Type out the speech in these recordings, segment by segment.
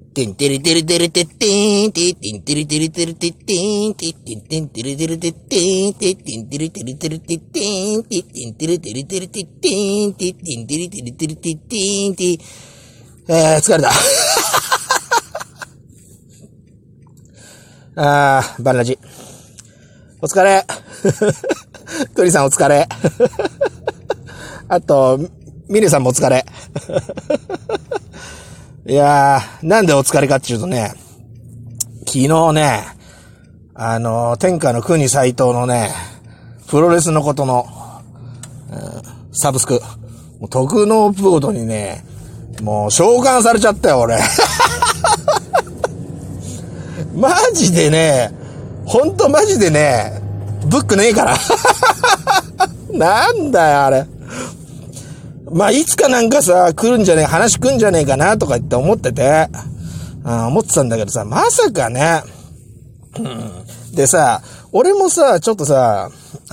てんてれてれてれてってんててんてれてれてれてってんててんてんてれてれてってんててんてれてれてれてってんててんてれてれてれてってんててんてれてれてれてってんて疲れた。バンラジ。お疲れ。クリさんお疲れ。あと、ミネさんもお疲れ。いやー、なんでお疲れかっていうとね、昨日ね、天下の国斎藤のね、プロレスのことの、サブスク、もう特納プードにね、もう召喚されちゃったよ、俺。マジでね、ほんとマジでね、ブックねえから。なんだよ、あれ。まあ、いつかなんかさ、話来んじゃねえかなとか言って思ってて、思ってたんだけどさ、まさかね、でさ、俺もさ、ちょっとさ、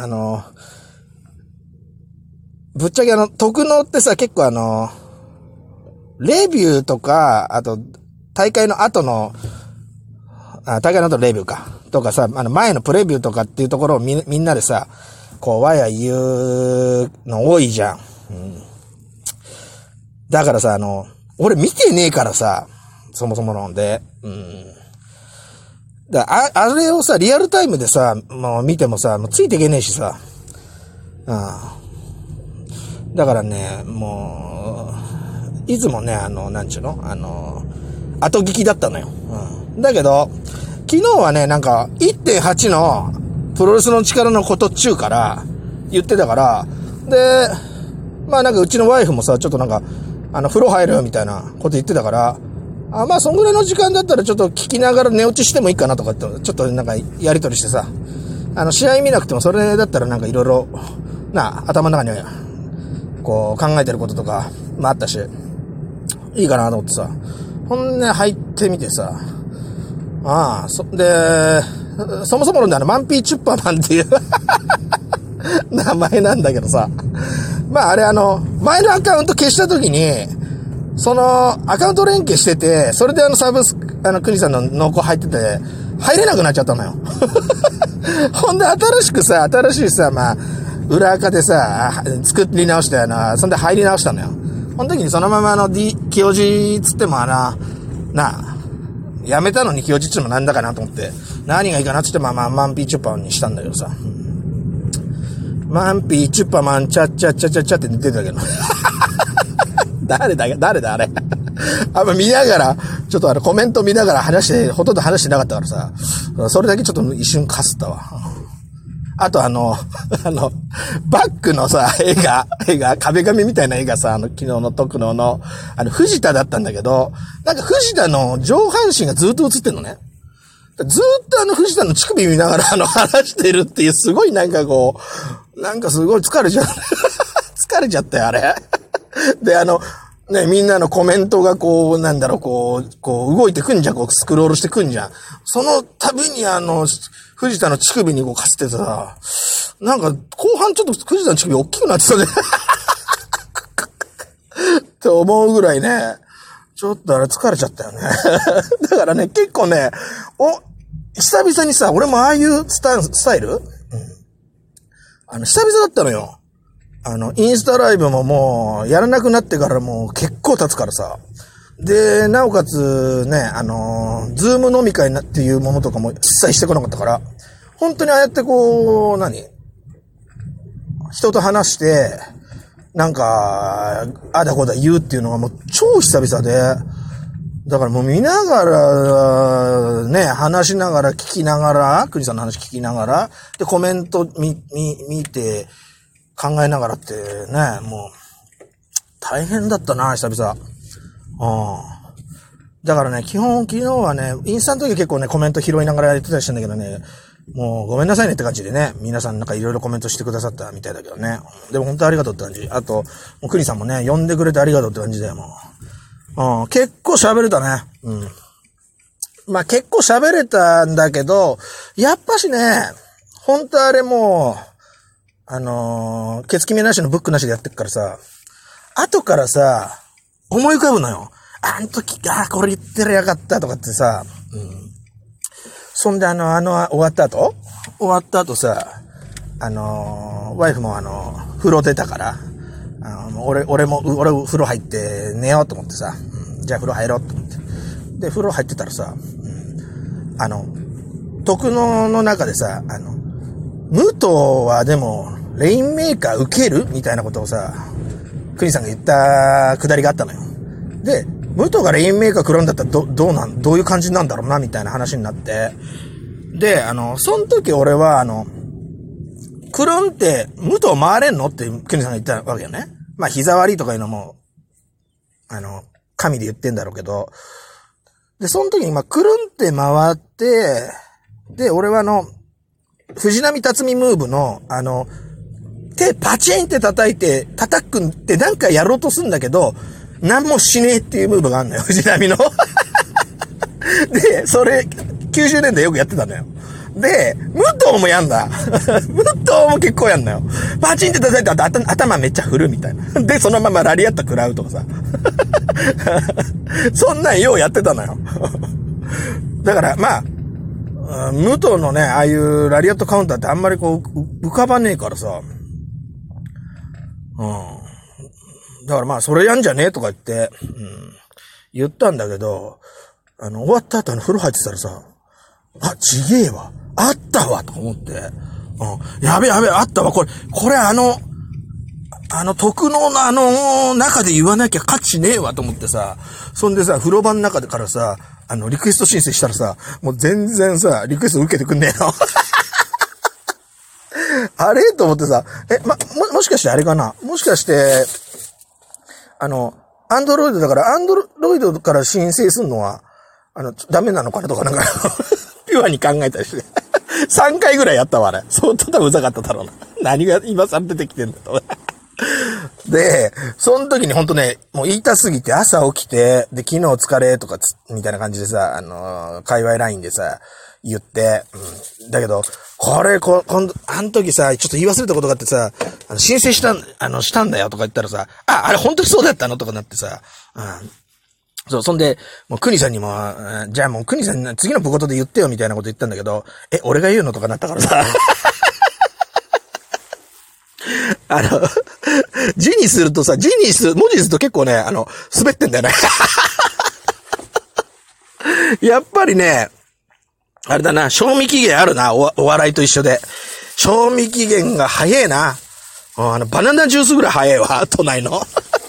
ぶっちゃけ特納ってさ、結構レビューとか、あと、大会の後のレビューか。とかさ、前のプレビューとかっていうところをみんなでさ、こう、わや言うの多いじゃん。だからさ、俺見てねえからさ、そもそもので、あれをさ、リアルタイムでさ、もう見てもさ、もうついていけねえしさ、だからね、もう、いつもね、なんちゅうの後聞きだったのよ。だけど、昨日はね、なんか、1.8 のプロレスの力のことっちゅうから言ってたから、で、まあなんかうちのワイフもさ、ちょっとなんか、風呂入るみたいなこと言ってたから、まあそんぐらいの時間だったらちょっと聞きながら寝落ちしてもいいかなとかって、ちょっとなんかやりとりしてさ、試合見なくてもそれだったらなんかいろいろ、頭の中には、こう考えてることとか、あったし、いいかなと思ってさ、ほんで入ってみてさ、そもそものマンピーチュッパーマンっていう名前なんだけどさ、まああれ前のアカウント消した時に、そのアカウント連携してて、それでサブスク、クニさんのノーコ入ってて、入れなくなっちゃったのよ。ほんで新しいさ、まあ、裏垢でさ、作り直して、そんで入り直したのよ。この時にそのまま清治つってもやめたのに清治っつってもなんだかなと思って、何がいいかなっつってマンピーチュッパーにしたんだけどさ。マンピーチュッパーマンチャッチャッチャッチャッチャって出てたけど。誰だあれ。見ながら、ちょっとコメント見ながらほとんど話してなかったからさ、それだけちょっと一瞬かすったわ。あとバックのさ、絵が、壁紙みたいな絵がさ、昨日の特納の、藤田だったんだけど、なんか藤田の上半身がずっと映ってんのね。ずっと藤田の乳首見ながら話してるっていう、すごいなんかこう、なんかすごい疲れちゃったよ、あれ。で、ね、みんなのコメントがこう、こう動いてくんじゃん、こう、スクロールしてくんじゃん。その度に藤田の乳首にこうかすってさ、なんか、後半ちょっと藤田の乳首大きくなってたね。って思うぐらいね、ちょっと疲れちゃったよね。だからね、結構ね、久々にさ、俺もああいうスタイル、久々だったのよ。インスタライブももう、やらなくなってからもう結構経つからさ。で、なおかつね、ズーム飲み会っていうものとかも一切してこなかったから、本当にああやってこう、人と話して、なんか、あだこだ言うっていうのがもう超久々で、だからもう見ながら、ね、話しながら聞きながら、クリさんの話聞きながら、で、コメント見て、考えながらってね、もう、大変だったな、久々。だからね、基本昨日はね、インスタの時結構ね、コメント拾いながらやってたりしたんだけどね、もうごめんなさいねって感じでね、皆さんなんかいろいろコメントしてくださったみたいだけどね。でも本当ありがとうって感じ。あと、もうクリさんもね、呼んでくれてありがとうって感じだよ、もう。結構喋れたね。まあ結構喋れたんだけど、やっぱしね、本当あれもう、ケツ決めなしのブックなしでやってっからさ、後からさ、思い浮かぶのよ。 あの時、これ言ってりゃよかったとかってさ、そんで終わった後さ、ワイフも風呂出たから、俺風呂入って寝ようと思ってさ、じゃあ風呂入ろうと思って。で、風呂入ってたらさ、徳野の中でさ、武藤はでも、レインメーカー受けるみたいなことをさ、国さんが言ったくだりがあったのよ。で、武藤がレインメーカー来るんだったらどういう感じなんだろうな、みたいな話になって。で、その時俺は、くるんって、武藤回れんのって国さんが言ったわけよね。まあ、膝割りとかいうのも、神で言ってんだろうけど、で、その時に、まあ、くるんって回って、で、俺は藤波辰巳ムーブの、手パチンって叩くんってなんかやろうとすんだけど、何もしねえっていうムーブがあんのよ、藤波の。で、それ、90年代よくやってたんだよ。で、武藤もやんだ。武藤も結構やんだよ。パチンって叩いて頭めっちゃ振るみたいな。で、そのままラリアット食らうとかさ。そんなんようやってたのよ。だから、まあ、武藤のね、ああいうラリアットカウンターってあんまりこう、浮かばねえからさ。だからまあ、それやんじゃねえとか言って、言ったんだけど、終わった後風呂入ってたらさ、ちげえわ。あったわと思って。やべえ、あったわ。これ徳能の中で言わなきゃ価値ねえわと思ってさ、そんでさ、風呂場の中でからさ、リクエスト申請したらさ、もう全然さ、リクエスト受けてくんねえの。あれと思ってさ、もしかしてあれかな？もしかして、アンドロイドだから、アンドロイドから申請するのは、ダメなのかなとかなんか、ピュアに考えたりして。3回ぐらいやったわ、あれ。相当多分うざかっただろうな。何が今更出てきてんだと。で、その時にほんとね、もう言いたすぎて朝起きて、で、昨日疲れとかみたいな感じでさ、界隈ラインでさ、言って、だけど、今度、あの時さ、ちょっと言い忘れたことがあってさ、申請したんだよとか言ったらさ、あれ本当にそうだったのとかなってさ、そう、そんで、もう、国さんにも、じゃあもう、国さん次の部ことで言ってよみたいなこと言ったんだけど、俺が言うのとかなったからさ。字にするとさ、文字にすると結構ね、滑ってんだよね。やっぱりね、あれだな、賞味期限あるな、お笑いと一緒で。賞味期限が早えな。バナナジュースぐらい早えわ、都内の。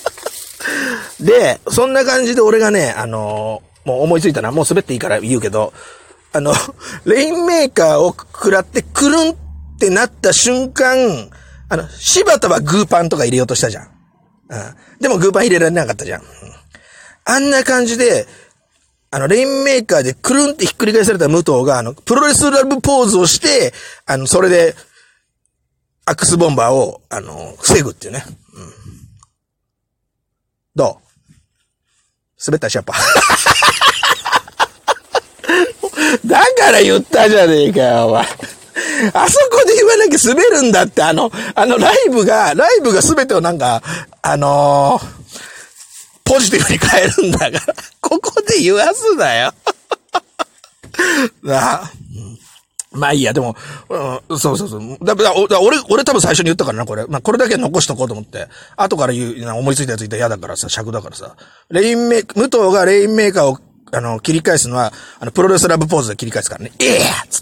で、そんな感じで俺がね、もう思いついたな。もう滑っていいから言うけど、レインメーカーを食らってくるんってなった瞬間、柴田はグーパンとか入れようとしたじゃん。でもグーパン入れられなかったじゃん。あんな感じで、レインメーカーでくるんってひっくり返された武藤が、プロレスラブポーズをして、それで、アックスボンバーを、防ぐっていうね。どう？滑ったし、やっぱ。だから言ったじゃねえかよ、お前。あそこで言わなきゃ滑るんだって、ライブが全てをなんか、ポジティブに変えるんだから、ここで言わすなよ。まあいいや、でも、そう。俺多分最初に言ったからな、これ。まあこれだけ残しとこうと思って。後から思いついたやついたら嫌だからさ、尺だからさ。武藤がレインメーカーを、切り返すのは、プロレスラブポーズで切り返すからね。つって。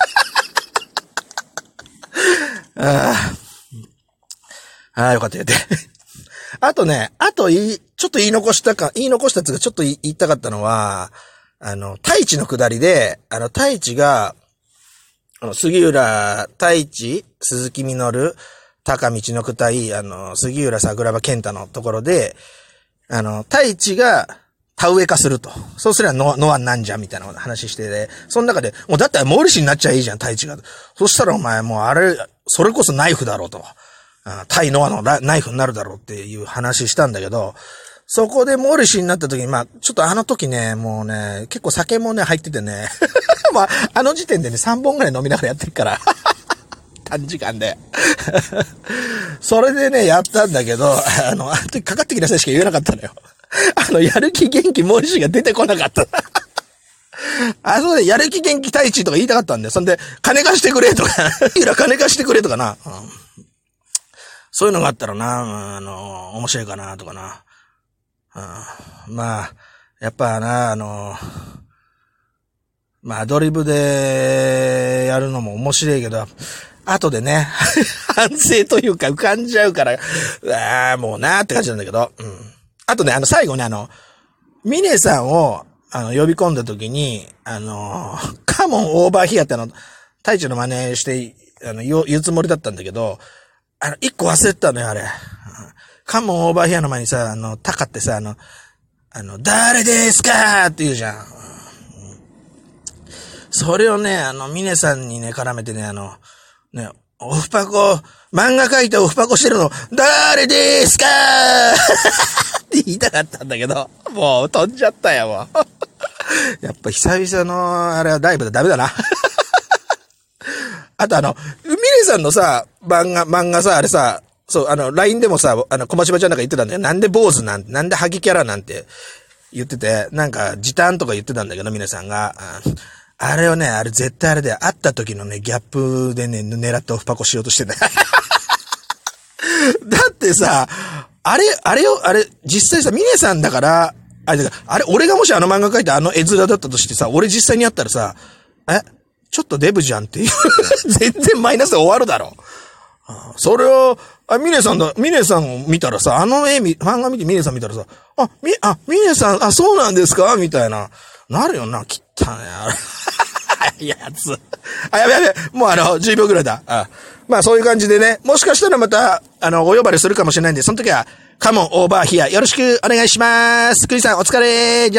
よかった、言って。あとね、ちょっと言い残したやつがちょっと言いたかったのは、太一の下りで、太一が、杉浦太一、鈴木みのる、高道のく対、杉浦桜庭健太のところで、太一が田植え化すると。そうすればノアなんじゃんみたいな話してて、その中で、もうだったらモーリシになっちゃいいじゃん、太一が。そしたらお前もうそれこそナイフだろうと。対ノアのナイフになるだろうっていう話したんだけど、そこでモーリシになった時に、まあ、ちょっと時ね、もうね、結構酒もね、入っててね。まあ、時点でね、3本ぐらい飲みながらやってるから。短時間で。それでね、やったんだけど、かかってきなさいしか言えなかったのよ。 やる気元気モリシが出てこなかった。そうで、やる気元気太一とか言いたかったんだよ。そんで、金貸してくれとか、いら金貸してくれとかな。そういうのがあったらな、面白いかなとかな。まあ、やっぱな、まあ、アドリブでやるのも面白いけど、後でね、反省というか浮かんじゃうから、もうなーって感じなんだけど、あとね、最後ね、ミネさんを、呼び込んだ時に、カモンオーバーヒアって太一の真似して、言うつもりだったんだけど、一個忘れてたのよ、あれ。カモンオーバーヒアの前にさ、タカってさ、誰ですかって言うじゃん。それをね、ミネさんにね、絡めてね、ね、オフパコ、漫画描いてオフパコしてるの、誰ですかって言いたかったんだけど、もう飛んじゃったよ、もう。やっぱ久々の、あれはライブでダメだな。あとミネさんのさ、漫画さ、あれさ、そう、LINE でもさ、小町場ちゃんなんか言ってたんだよ。なんで坊主なんて、なんでハゲキャラなんて言ってて、なんか時短とか言ってたんだけど、ミネさんが。あれをね、あれ絶対あれで、会った時のね、ギャップでね、狙ってオフパコしようとしてた。だってさ、あれ、実際さ、ミネさんだから、あれ、俺がもし漫画描いて絵面だったとしてさ、俺実際に会ったらさ、ちょっとデブじゃんっていう。全然マイナスで終わるだろ。それを、ミネさんを見たらさ、漫画見てミネさん見たらさ、ミネさん、そうなんですかみたいな。なるよな、きったね、あれ。やつ。やべ。もう10秒ぐらいだ。まあそういう感じでね、もしかしたらまた、お呼ばれするかもしれないんで、その時は、カモンオーバーヒアよろしくお願いします。クリさんお疲れ。